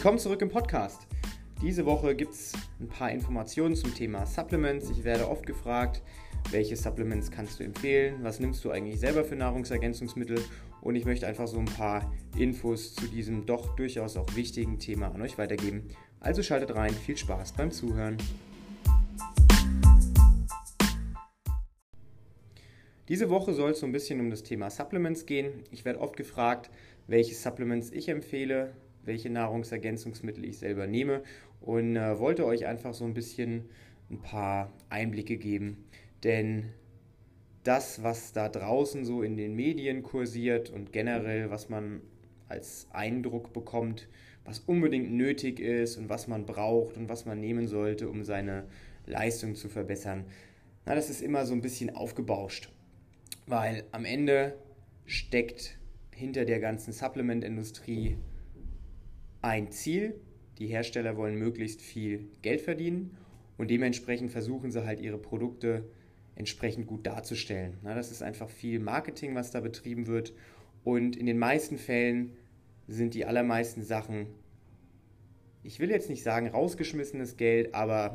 Willkommen zurück im Podcast. Diese Woche gibt es ein paar Informationen zum Thema Supplements. Ich werde oft gefragt, welche Supplements kannst du empfehlen, was nimmst du eigentlich selber für Nahrungsergänzungsmittel, und ich möchte einfach so ein paar Infos zu diesem doch durchaus auch wichtigen Thema an euch weitergeben. Also schaltet rein, viel Spaß beim Zuhören. Diese Woche soll es so ein bisschen um das Thema Supplements gehen. Ich werde oft gefragt, welche Supplements ich empfehle, welche Nahrungsergänzungsmittel ich selber nehme, und wollte euch einfach so ein bisschen ein paar Einblicke geben. Denn das, was da draußen so in den Medien kursiert und generell, was man als Eindruck bekommt, was unbedingt nötig ist und was man braucht und was man nehmen sollte, um seine Leistung zu verbessern, das ist immer so ein bisschen aufgebauscht. Weil am Ende steckt hinter der ganzen Supplement-Industrie ein Ziel. Die Hersteller wollen möglichst viel Geld verdienen und dementsprechend versuchen sie halt ihre Produkte entsprechend gut darzustellen. Das ist einfach viel Marketing, was da betrieben wird, und in den meisten Fällen sind die allermeisten Sachen, ich will jetzt nicht sagen rausgeschmissenes Geld, aber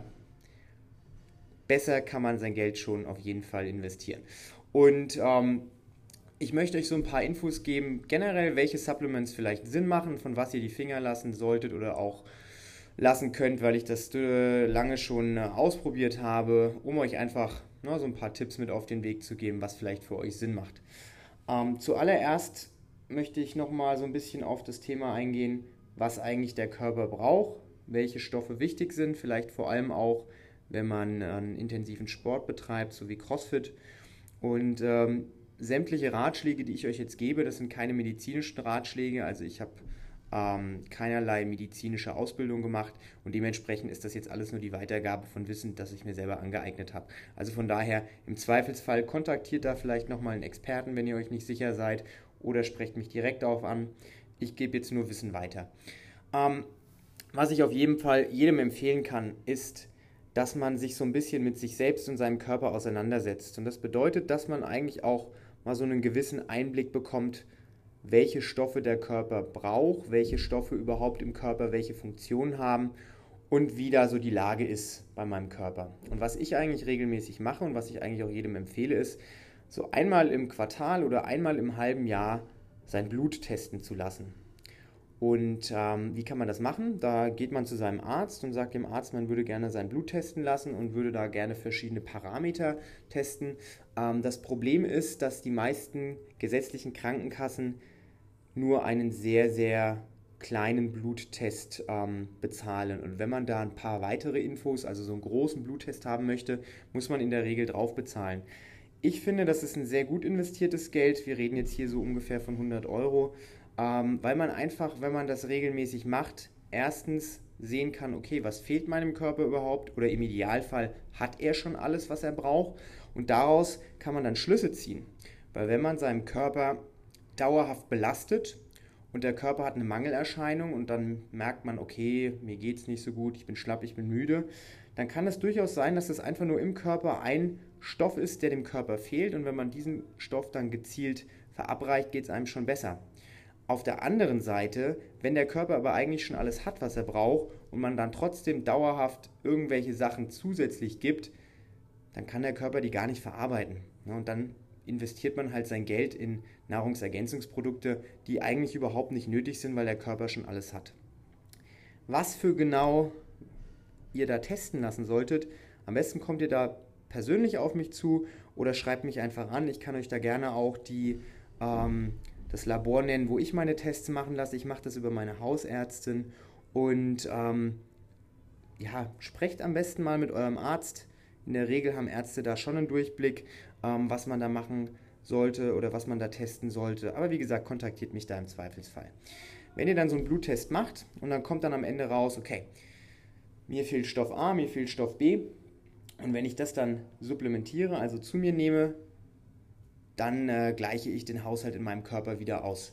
besser kann man sein Geld schon auf jeden Fall investieren. Und ich möchte euch so ein paar Infos geben, generell welche Supplements vielleicht Sinn machen, von was ihr die Finger lassen solltet oder auch lassen könnt, weil ich das lange schon ausprobiert habe, um euch einfach so ein paar Tipps mit auf den Weg zu geben, was vielleicht für euch Sinn macht. Zuallererst möchte ich nochmal so ein bisschen auf das Thema eingehen, was eigentlich der Körper braucht, welche Stoffe wichtig sind, vielleicht vor allem auch, wenn man einen intensiven Sport betreibt, so wie CrossFit. Und sämtliche Ratschläge, die ich euch jetzt gebe, das sind keine medizinischen Ratschläge, also ich habe keinerlei medizinische Ausbildung gemacht und dementsprechend ist das jetzt alles nur die Weitergabe von Wissen, das ich mir selber angeeignet habe. Also von daher, im Zweifelsfall kontaktiert da vielleicht nochmal einen Experten, wenn ihr euch nicht sicher seid, oder sprecht mich direkt darauf an. Ich gebe jetzt nur Wissen weiter. Was ich auf jeden Fall jedem empfehlen kann, ist, dass man sich so ein bisschen mit sich selbst und seinem Körper auseinandersetzt. Und das bedeutet, dass man eigentlich auch mal so einen gewissen Einblick bekommt, welche Stoffe der Körper braucht, welche Stoffe überhaupt im Körper welche Funktion haben und wie da so die Lage ist bei meinem Körper. Und was ich eigentlich regelmäßig mache und was ich eigentlich auch jedem empfehle, ist, so einmal im Quartal oder einmal im halben Jahr sein Blut testen zu lassen. Und wie kann man das machen? Da geht man zu seinem Arzt und sagt dem Arzt, man würde gerne sein Blut testen lassen und würde da gerne verschiedene Parameter testen. Das Problem ist, dass die meisten gesetzlichen Krankenkassen nur einen sehr, sehr kleinen Bluttest bezahlen. Und wenn man da ein paar weitere Infos, also so einen großen Bluttest haben möchte, muss man in der Regel drauf bezahlen. Ich finde, das ist ein sehr gut investiertes Geld. Wir reden jetzt hier so ungefähr von 100 Euro. Weil man einfach, wenn man das regelmäßig macht, erstens sehen kann, okay, was fehlt meinem Körper überhaupt, oder im Idealfall hat er schon alles, was er braucht, und daraus kann man dann Schlüsse ziehen. Weil wenn man seinen Körper dauerhaft belastet und der Körper hat eine Mangelerscheinung und dann merkt man, okay, mir geht es nicht so gut, ich bin schlapp, ich bin müde, dann kann es durchaus sein, dass es einfach nur im Körper ein Stoff ist, der dem Körper fehlt, und wenn man diesen Stoff dann gezielt verabreicht, geht es einem schon besser. Auf der anderen Seite, wenn der Körper aber eigentlich schon alles hat, was er braucht, und man dann trotzdem dauerhaft irgendwelche Sachen zusätzlich gibt, dann kann der Körper die gar nicht verarbeiten. Und dann investiert man halt sein Geld in Nahrungsergänzungsprodukte, die eigentlich überhaupt nicht nötig sind, weil der Körper schon alles hat. Was für genau ihr da testen lassen solltet, am besten kommt ihr da persönlich auf mich zu oder schreibt mich einfach an. Ich kann euch da gerne auch das Labor nennen, wo ich meine Tests machen lasse. Ich mache das über meine Hausärztin, und sprecht am besten mal mit eurem Arzt. In der Regel haben Ärzte da schon einen Durchblick, was man da machen sollte oder was man da testen sollte. Aber wie gesagt, kontaktiert mich da im Zweifelsfall. Wenn ihr dann so einen Bluttest macht und dann kommt dann am Ende raus, okay, mir fehlt Stoff A, mir fehlt Stoff B, und wenn ich das dann supplementiere, also zu mir nehme, dann gleiche ich den Haushalt in meinem Körper wieder aus.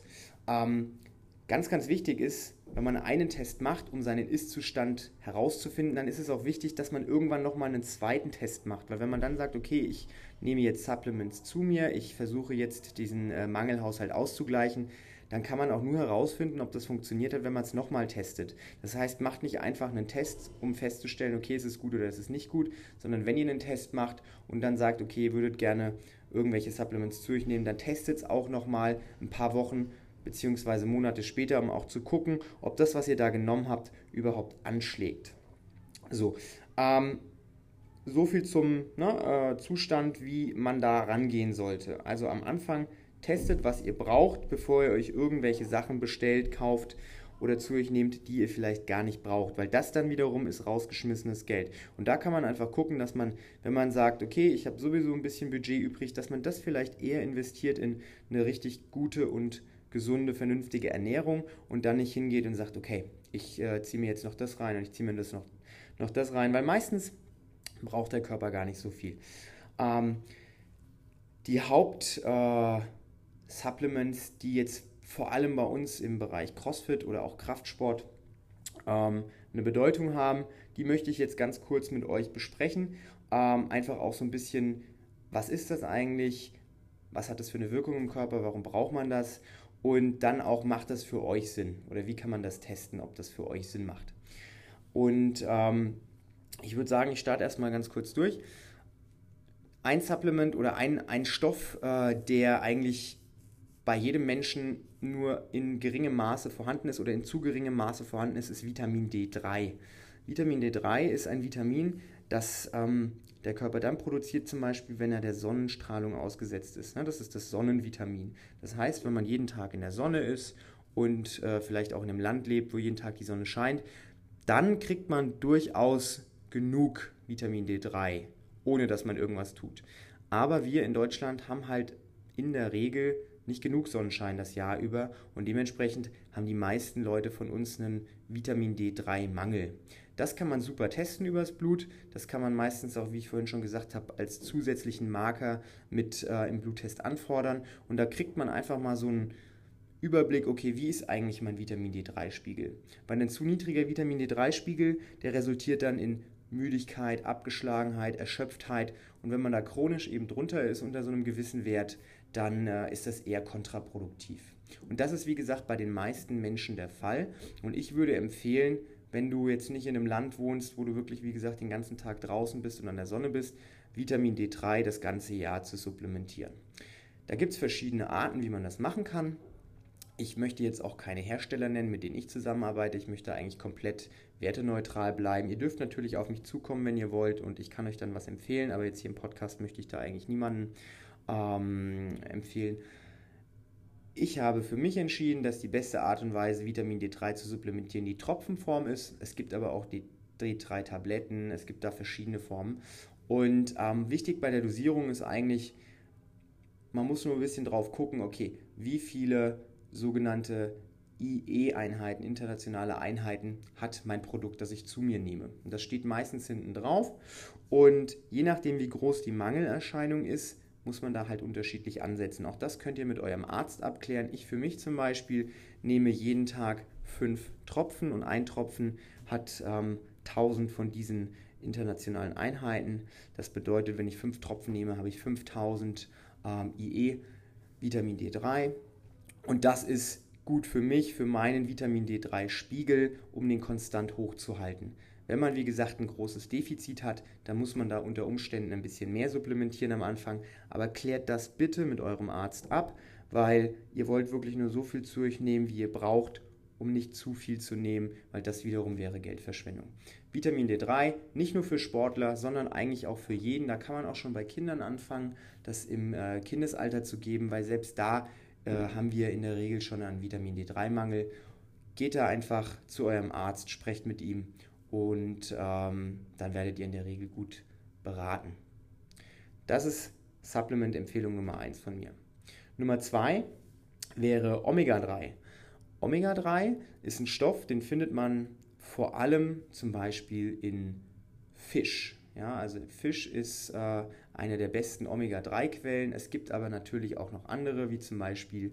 Ganz, ganz wichtig ist, wenn man einen Test macht, um seinen Ist-Zustand herauszufinden, dann ist es auch wichtig, dass man irgendwann nochmal einen zweiten Test macht. Weil wenn man dann sagt, okay, ich nehme jetzt Supplements zu mir, ich versuche jetzt diesen Mangelhaushalt auszugleichen, dann kann man auch nur herausfinden, ob das funktioniert hat, wenn man es nochmal testet. Das heißt, macht nicht einfach einen Test, um festzustellen, okay, es ist gut oder es ist nicht gut, sondern wenn ihr einen Test macht und dann sagt, okay, ihr würdet gerne irgendwelche Supplements zu euch nehmen, dann testet es auch nochmal ein paar Wochen bzw. Monate später, um auch zu gucken, ob das, was ihr da genommen habt, überhaupt anschlägt. So, so viel zum Zustand, wie man da rangehen sollte. Also am Anfang testet, was ihr braucht, bevor ihr euch irgendwelche Sachen bestellt, kauft oder zu euch nehmt, die ihr vielleicht gar nicht braucht, weil das dann wiederum ist rausgeschmissenes Geld. Und da kann man einfach gucken, dass man, wenn man sagt, okay, ich habe sowieso ein bisschen Budget übrig, dass man das vielleicht eher investiert in eine richtig gute und gesunde, vernünftige Ernährung und dann nicht hingeht und sagt, okay, ich ziehe mir jetzt noch das rein und ich ziehe mir noch das rein, weil meistens braucht der Körper gar nicht so viel. Die Haupt-Supplements, die jetzt vor allem bei uns im Bereich CrossFit oder auch Kraftsport eine Bedeutung haben, die möchte ich jetzt ganz kurz mit euch besprechen. Einfach auch so ein bisschen, was ist das eigentlich? Was hat das für eine Wirkung im Körper? Warum braucht man das? Und dann auch, macht das für euch Sinn? Oder wie kann man das testen, ob das für euch Sinn macht? Und ich würde sagen, ich starte erstmal ganz kurz durch. Ein Supplement oder ein Stoff, der eigentlich bei jedem Menschen nur in geringem Maße vorhanden ist oder in zu geringem Maße vorhanden ist, ist Vitamin D3. Vitamin D3 ist ein Vitamin, das der Körper dann produziert, zum Beispiel, wenn er der Sonnenstrahlung ausgesetzt ist. Das ist das Sonnenvitamin. Das heißt, wenn man jeden Tag in der Sonne ist und vielleicht auch in einem Land lebt, wo jeden Tag die Sonne scheint, dann kriegt man durchaus genug Vitamin D3, ohne dass man irgendwas tut. Aber wir in Deutschland haben halt in der Regel nicht genug Sonnenschein das Jahr über und dementsprechend haben die meisten Leute von uns einen Vitamin D3-Mangel. Das kann man super testen übers Blut, das kann man meistens auch, wie ich vorhin schon gesagt habe, als zusätzlichen Marker mit im Bluttest anfordern und da kriegt man einfach mal so einen Überblick, okay, wie ist eigentlich mein Vitamin D3-Spiegel? Weil ein zu niedriger Vitamin D3-Spiegel, der resultiert dann in Müdigkeit, Abgeschlagenheit, Erschöpftheit und wenn man da chronisch eben drunter ist unter so einem gewissen Wert, dann ist das eher kontraproduktiv. Und das ist wie gesagt bei den meisten Menschen der Fall und ich würde empfehlen, wenn du jetzt nicht in einem Land wohnst, wo du wirklich wie gesagt den ganzen Tag draußen bist und an der Sonne bist, Vitamin D3 das ganze Jahr zu supplementieren. Da gibt es verschiedene Arten, wie man das machen kann. Ich möchte jetzt auch keine Hersteller nennen, mit denen ich zusammenarbeite. Ich möchte eigentlich komplett werteneutral bleiben. Ihr dürft natürlich auf mich zukommen, wenn ihr wollt und ich kann euch dann was empfehlen, aber jetzt hier im Podcast möchte ich da eigentlich niemanden empfehlen. Ich habe für mich entschieden, dass die beste Art und Weise, Vitamin D3 zu supplementieren, die Tropfenform ist. Es gibt aber auch die D3-Tabletten, es gibt da verschiedene Formen. Und wichtig bei der Dosierung ist eigentlich, man muss nur ein bisschen drauf gucken, okay, wie viele sogenannte IE-Einheiten, internationale Einheiten, hat mein Produkt, das ich zu mir nehme. Und das steht meistens hinten drauf. Und je nachdem, wie groß die Mangelerscheinung ist, muss man da halt unterschiedlich ansetzen. Auch das könnt ihr mit eurem Arzt abklären. Ich für mich zum Beispiel nehme jeden Tag 5 Tropfen und ein Tropfen hat 1000 von diesen internationalen Einheiten. Das bedeutet, wenn ich 5 Tropfen nehme, habe ich 5000 IE, Vitamin D3. Und das ist gut für mich, für meinen Vitamin D3-Spiegel, um den konstant hochzuhalten. Wenn man, wie gesagt, ein großes Defizit hat, dann muss man da unter Umständen ein bisschen mehr supplementieren am Anfang. Aber klärt das bitte mit eurem Arzt ab, weil ihr wollt wirklich nur so viel zu euch nehmen, wie ihr braucht, um nicht zu viel zu nehmen, weil das wiederum wäre Geldverschwendung. Vitamin D3, nicht nur für Sportler, sondern eigentlich auch für jeden. Da kann man auch schon bei Kindern anfangen, das im Kindesalter zu geben, weil selbst da haben wir in der Regel schon einen Vitamin D3-Mangel. Geht da einfach zu eurem Arzt, sprecht mit ihm und dann werdet ihr in der Regel gut beraten. Das ist Supplement-Empfehlung Nummer 1 von mir. Nummer 2 wäre Omega-3. Omega-3 ist ein Stoff, den findet man vor allem zum Beispiel in Fisch. Ja, also Fisch ist eine der besten Omega-3-Quellen. Es gibt aber natürlich auch noch andere, wie zum Beispiel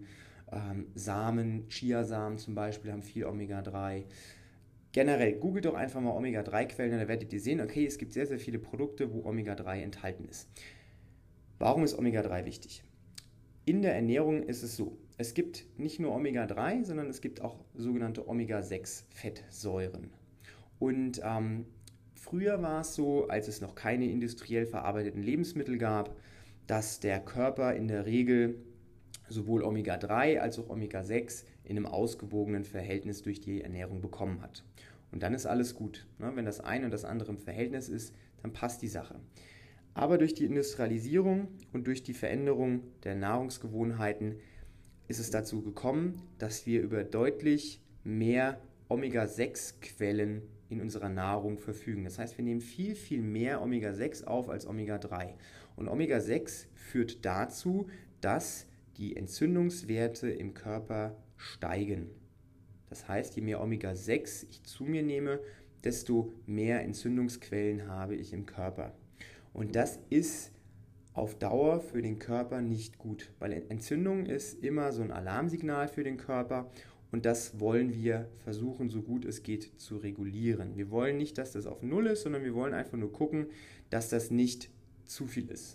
Samen, Chiasamen zum Beispiel haben viel Omega-3. Generell, googelt doch einfach mal Omega-3-Quellen und da werdet ihr sehen, okay, es gibt sehr, sehr viele Produkte, wo Omega-3 enthalten ist. Warum ist Omega-3 wichtig? In der Ernährung ist es so, es gibt nicht nur Omega-3, sondern es gibt auch sogenannte Omega-6-Fettsäuren. Und früher war es so, als es noch keine industriell verarbeiteten Lebensmittel gab, dass der Körper in der Regel sowohl Omega-3 als auch Omega-6 in einem ausgewogenen Verhältnis durch die Ernährung bekommen hat. Und dann ist alles gut. Ne? Wenn das eine und das andere im Verhältnis ist, dann passt die Sache. Aber durch die Industrialisierung und durch die Veränderung der Nahrungsgewohnheiten ist es dazu gekommen, dass wir über deutlich mehr Omega-6-Quellen in unserer Nahrung verfügen. Das heißt, wir nehmen viel, viel mehr Omega-6 auf als Omega-3. Und Omega-6 führt dazu, dass die Entzündungswerte im Körper steigen. Das heißt, je mehr Omega-6 ich zu mir nehme, desto mehr Entzündungsquellen habe ich im Körper. Und das ist auf Dauer für den Körper nicht gut, weil Entzündung ist immer so ein Alarmsignal für den Körper und das wollen wir versuchen, so gut es geht, zu regulieren. Wir wollen nicht, dass das auf Null ist, sondern wir wollen einfach nur gucken, dass das nicht zu viel ist.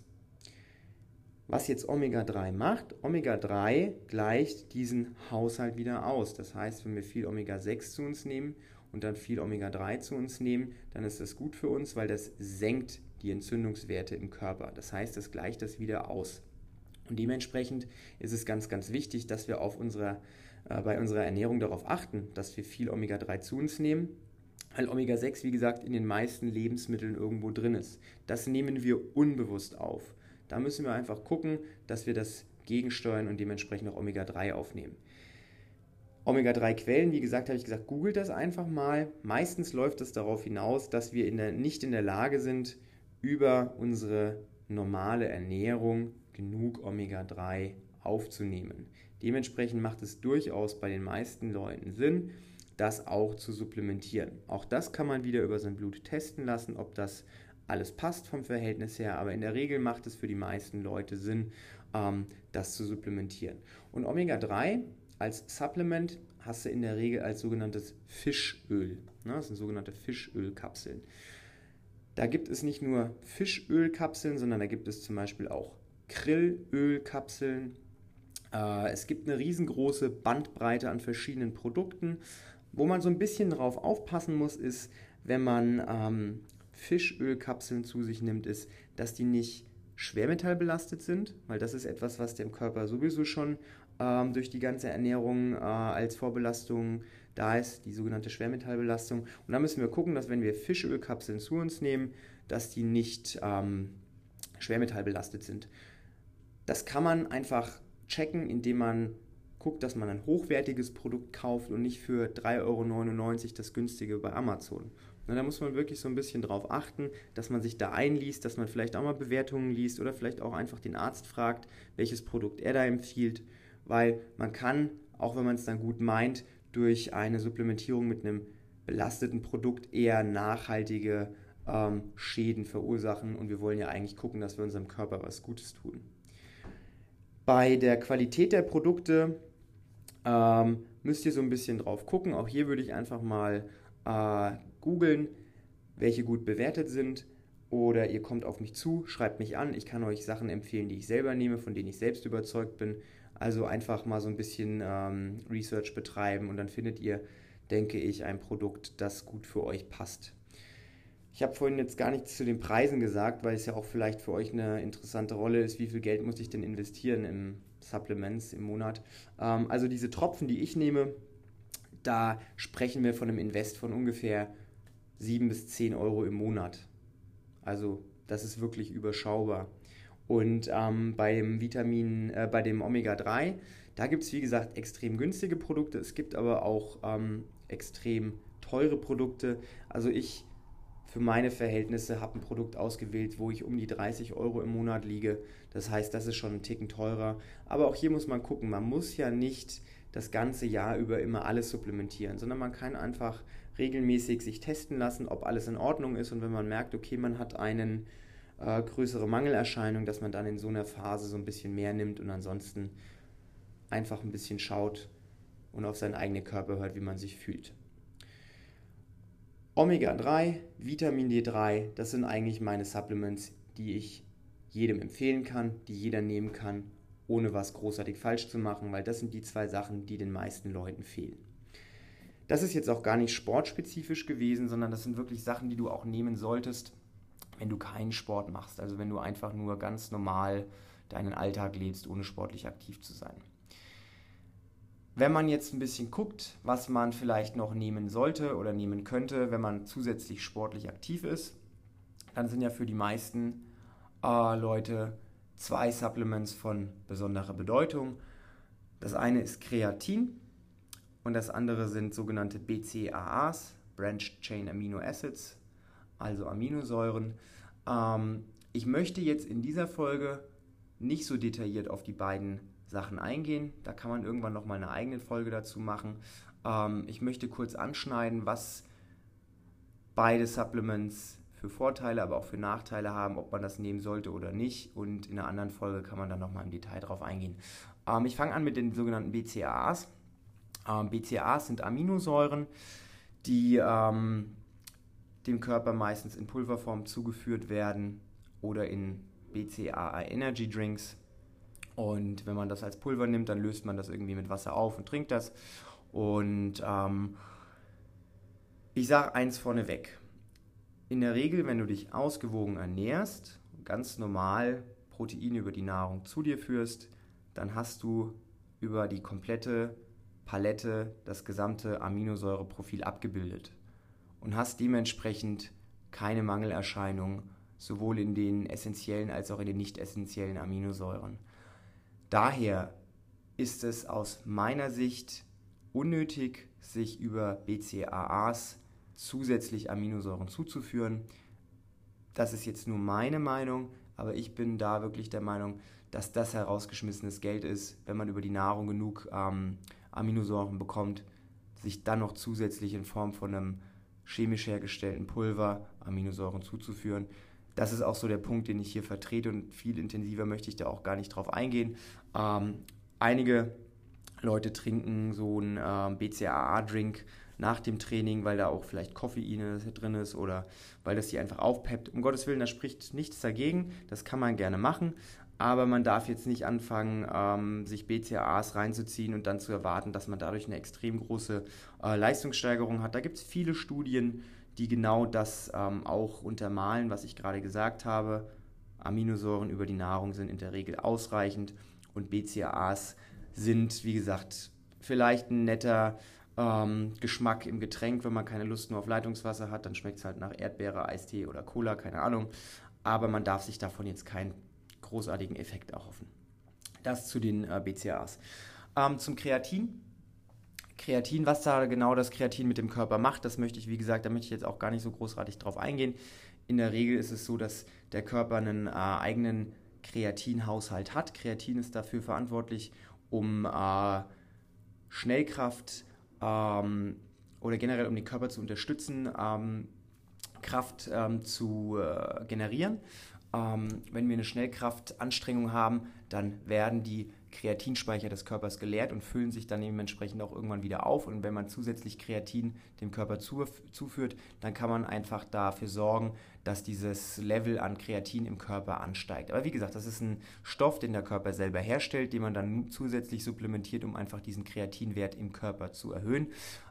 Was jetzt Omega-3 macht, Omega-3 gleicht diesen Haushalt wieder aus. Das heißt, wenn wir viel Omega-6 zu uns nehmen und dann viel Omega-3 zu uns nehmen, dann ist das gut für uns, weil das senkt die Entzündungswerte im Körper. Das heißt, das gleicht das wieder aus. Und dementsprechend ist es ganz, ganz wichtig, dass wir bei unserer Ernährung darauf achten, dass wir viel Omega-3 zu uns nehmen, weil Omega-6, wie gesagt, in den meisten Lebensmitteln irgendwo drin ist. Das nehmen wir unbewusst auf. Da müssen wir einfach gucken, dass wir das gegensteuern und dementsprechend auch Omega-3 aufnehmen. Omega-3-Quellen, wie gesagt, habe ich gesagt, googelt das einfach mal. Meistens läuft es darauf hinaus, dass wir nicht in der Lage sind, über unsere normale Ernährung genug Omega-3 aufzunehmen. Dementsprechend macht es durchaus bei den meisten Leuten Sinn, das auch zu supplementieren. Auch das kann man wieder über sein Blut testen lassen, ob das alles passt vom Verhältnis her, aber in der Regel macht es für die meisten Leute Sinn, das zu supplementieren. Und Omega-3 als Supplement hast du in der Regel als sogenanntes Fischöl. Das sind sogenannte Fischölkapseln. Da gibt es nicht nur Fischölkapseln, sondern da gibt es zum Beispiel auch Krillölkapseln. Es gibt eine riesengroße Bandbreite an verschiedenen Produkten. Wo man so ein bisschen drauf aufpassen muss, ist, wenn man Fischölkapseln zu sich nimmt, ist, dass die nicht schwermetallbelastet sind, weil das ist etwas, was dem Körper sowieso schon durch die ganze Ernährung als Vorbelastung da ist, die sogenannte Schwermetallbelastung. Und da müssen wir gucken, dass wenn wir Fischölkapseln zu uns nehmen, dass die nicht schwermetallbelastet sind. Das kann man einfach checken, indem man guckt, dass man ein hochwertiges Produkt kauft und nicht für 3,99 € das günstige bei Amazon. Na, da muss man wirklich so ein bisschen drauf achten, dass man sich da einliest, dass man vielleicht auch mal Bewertungen liest oder vielleicht auch einfach den Arzt fragt, welches Produkt er da empfiehlt, weil man kann, auch wenn man es dann gut meint, durch eine Supplementierung mit einem belasteten Produkt eher nachhaltige Schäden verursachen und wir wollen ja eigentlich gucken, dass wir unserem Körper was Gutes tun. Bei der Qualität der Produkte müsst ihr so ein bisschen drauf gucken. Auch hier würde ich einfach mal googeln, welche gut bewertet sind. Oder ihr kommt auf mich zu, schreibt mich an. Ich kann euch Sachen empfehlen, die ich selber nehme, von denen ich selbst überzeugt bin. Also einfach mal so ein bisschen Research betreiben und dann findet ihr, denke ich, ein Produkt, das gut für euch passt. Ich habe vorhin jetzt gar nichts zu den Preisen gesagt, weil es ja auch vielleicht für euch eine interessante Rolle ist, wie viel Geld muss ich denn investieren im Supplements im Monat. Also diese Tropfen, die ich nehme, da sprechen wir von einem Invest von ungefähr 7 bis 10 € im Monat. Also das ist wirklich überschaubar. Und bei dem Omega-3, da gibt es wie gesagt extrem günstige Produkte, es gibt aber auch extrem teure Produkte. Also ich für meine Verhältnisse habe ein Produkt ausgewählt, wo ich um die 30 € im Monat liege. Das heißt, das ist schon ein Ticken teurer. Aber auch hier muss man gucken, man muss ja nicht das ganze Jahr über immer alles supplementieren, sondern man kann einfach regelmäßig sich testen lassen, ob alles in Ordnung ist. Und wenn man merkt, okay, man hat eine größere Mangelerscheinung, dass man dann in so einer Phase so ein bisschen mehr nimmt und ansonsten einfach ein bisschen schaut und auf seinen eigenen Körper hört, wie man sich fühlt. Omega-3, Vitamin D3, das sind eigentlich meine Supplements, die ich jedem empfehlen kann, die jeder nehmen kann ohne was großartig falsch zu machen, weil das sind die zwei Sachen, die den meisten Leuten fehlen. Das ist jetzt auch gar nicht sportspezifisch gewesen, sondern das sind wirklich Sachen, die du auch nehmen solltest, wenn du keinen Sport machst. Also wenn du einfach nur ganz normal deinen Alltag lebst, ohne sportlich aktiv zu sein. Wenn man jetzt ein bisschen guckt, was man vielleicht noch nehmen sollte oder nehmen könnte, wenn man zusätzlich sportlich aktiv ist, dann sind ja für die meisten Leute zwei Supplements von besonderer Bedeutung. Das eine ist Kreatin und das andere sind sogenannte BCAAs, Branched Chain Amino Acids, also Aminosäuren. Ich möchte jetzt in dieser Folge nicht so detailliert auf die beiden Sachen eingehen. Da kann man irgendwann nochmal eine eigene Folge dazu machen. Ich möchte kurz anschneiden, was beide Supplements für Vorteile, aber auch für Nachteile haben, ob man das nehmen sollte oder nicht. Und in einer anderen Folge kann man dann nochmal im Detail drauf eingehen. Ich fange an mit den sogenannten BCAAs. BCAAs sind Aminosäuren, die dem Körper meistens in Pulverform zugeführt werden oder in BCAA Energy Drinks. Und wenn man das als Pulver nimmt, dann löst man das irgendwie mit Wasser auf und trinkt das. Und ich sage eins vorneweg. In der Regel, wenn du dich ausgewogen ernährst, ganz normal Proteine über die Nahrung zu dir führst, dann hast du über die komplette Palette das gesamte Aminosäureprofil abgebildet und hast dementsprechend keine Mangelerscheinungen, sowohl in den essentiellen als auch in den nicht essentiellen Aminosäuren. Daher ist es aus meiner Sicht unnötig, sich über BCAAs zusätzlich Aminosäuren zuzuführen. Das ist jetzt nur meine Meinung, aber ich bin da wirklich der Meinung, dass das herausgeschmissenes Geld ist, wenn man über die Nahrung genug Aminosäuren bekommt, sich dann noch zusätzlich in Form von einem chemisch hergestellten Pulver Aminosäuren zuzuführen. Das ist auch so der Punkt, den ich hier vertrete und viel intensiver möchte ich da auch gar nicht drauf eingehen. Einige Leute trinken so einen BCAA-Drink nach dem Training, weil da auch vielleicht Koffein drin ist oder weil das die einfach aufpeppt. Um Gottes Willen, da spricht nichts dagegen, das kann man gerne machen, aber man darf jetzt nicht anfangen, sich BCAAs reinzuziehen und dann zu erwarten, dass man dadurch eine extrem große Leistungssteigerung hat. Da gibt es viele Studien, die genau das auch untermalen, was ich gerade gesagt habe. Aminosäuren über die Nahrung sind in der Regel ausreichend und BCAAs sind, wie gesagt, vielleicht ein netter Geschmack im Getränk, wenn man keine Lust nur auf Leitungswasser hat, dann schmeckt es halt nach Erdbeere, Eistee oder Cola, keine Ahnung. Aber man darf sich davon jetzt keinen großartigen Effekt erhoffen. Das zu den BCAAs. Zum Kreatin. Kreatin, was da genau das Kreatin mit dem Körper macht, das möchte ich, wie gesagt, da möchte ich jetzt auch gar nicht so großartig drauf eingehen. In der Regel ist es so, dass der Körper einen eigenen Kreatinhaushalt hat. Kreatin ist dafür verantwortlich, um Schnellkraft oder generell um den Körper zu unterstützen, Kraft zu generieren. Wenn wir eine Schnellkraftanstrengung haben, dann werden die Kreatinspeicher des Körpers geleert und füllen sich dann dementsprechend auch irgendwann wieder auf. Und wenn man zusätzlich Kreatin dem Körper zuführt, dann kann man einfach dafür sorgen, dass dieses Level an Kreatin im Körper ansteigt. Aber wie gesagt, das ist ein Stoff, den der Körper selber herstellt, den man dann zusätzlich supplementiert, um einfach diesen Kreatinwert im Körper zu erhöhen.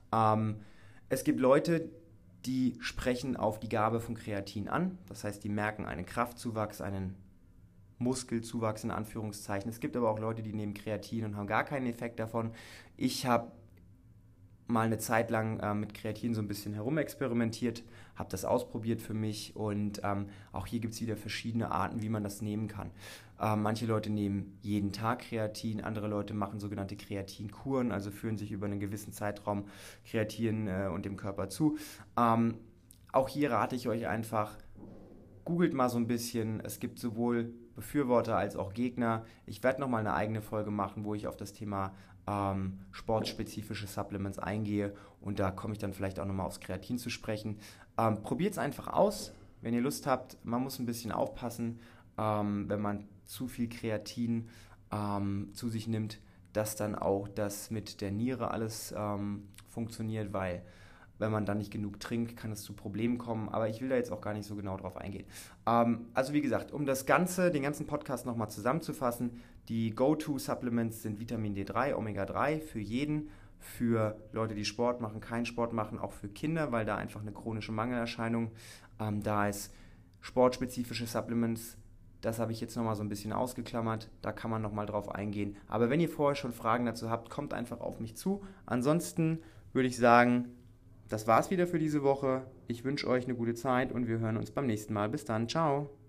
Es gibt Leute, die sprechen auf die Gabe von Kreatin an. Das heißt, die merken einen Kraftzuwachs, einen Muskelzuwachs in Anführungszeichen. Es gibt aber auch Leute, die nehmen Kreatin und haben gar keinen Effekt davon. Ich habe mal eine Zeit lang mit Kreatin so ein bisschen herumexperimentiert, habe das ausprobiert für mich und auch hier gibt es wieder verschiedene Arten, wie man das nehmen kann. Manche Leute nehmen jeden Tag Kreatin, andere Leute machen sogenannte Kreatinkuren, also führen sich über einen gewissen Zeitraum Kreatin und dem Körper zu. Auch hier rate ich euch einfach, googelt mal so ein bisschen, es gibt sowohl Befürworter als auch Gegner. Ich werde nochmal eine eigene Folge machen, wo ich auf das Thema sportspezifische Supplements eingehe und da komme ich dann vielleicht auch nochmal aufs Kreatin zu sprechen. Probiert es einfach aus, wenn ihr Lust habt. Man muss ein bisschen aufpassen, wenn man zu viel Kreatin zu sich nimmt, dass dann auch das mit der Niere alles funktioniert, weil Wenn man dann nicht genug trinkt, kann es zu Problemen kommen, aber ich will da jetzt auch gar nicht so genau drauf eingehen. Also wie gesagt, um den ganzen Podcast nochmal zusammenzufassen, die Go-To-Supplements sind Vitamin D3, Omega-3 für jeden, für Leute, die Sport machen, keinen Sport machen, auch für Kinder, weil da einfach eine chronische Mangelerscheinung da ist. Sportspezifische Supplements, das habe ich jetzt nochmal so ein bisschen ausgeklammert, da kann man nochmal drauf eingehen. Aber wenn ihr vorher schon Fragen dazu habt, kommt einfach auf mich zu. Ansonsten würde ich sagen, das war's wieder für diese Woche. Ich wünsche euch eine gute Zeit und wir hören uns beim nächsten Mal. Bis dann. Ciao.